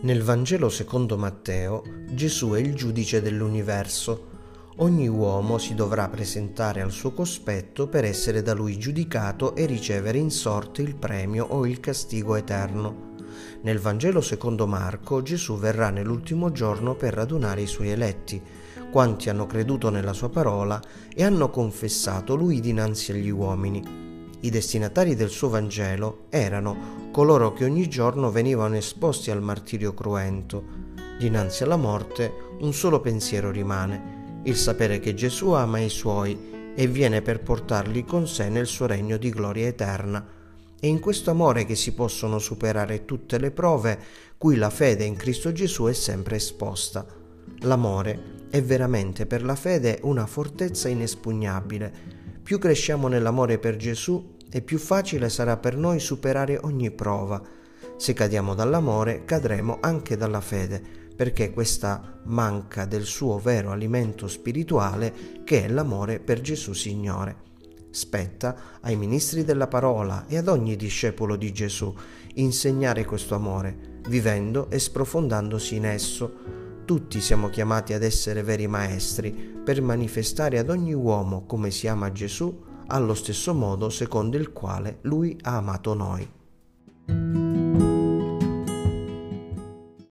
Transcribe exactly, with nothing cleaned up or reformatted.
Nel Vangelo secondo Matteo, Gesù è il giudice dell'universo. Ogni uomo si dovrà presentare al suo cospetto per essere da lui giudicato e ricevere in sorte il premio o il castigo eterno. Nel Vangelo secondo Marco, Gesù verrà nell'ultimo giorno per radunare i suoi eletti, quanti hanno creduto nella sua parola e hanno confessato lui dinanzi agli uomini. I destinatari del suo Vangelo erano coloro che ogni giorno venivano esposti al martirio cruento. Dinanzi alla morte un solo pensiero rimane, il sapere che Gesù ama i suoi e viene per portarli con sé nel suo regno di gloria eterna. È in questo amore che si possono superare tutte le prove cui la fede in Cristo Gesù è sempre esposta. L'amore è veramente per la fede una fortezza inespugnabile. Più cresciamo nell'amore per Gesù e più facile sarà per noi superare ogni prova. Se cadiamo dall'amore, cadremo anche dalla fede, perché questa manca del suo vero alimento spirituale, che è l'amore per Gesù Signore. Spetta ai ministri della parola e ad ogni discepolo di Gesù insegnare questo amore, vivendo e sprofondandosi in esso. Tutti siamo chiamati ad essere veri maestri per manifestare ad ogni uomo come si ama Gesù allo stesso modo secondo il quale Lui ha amato noi.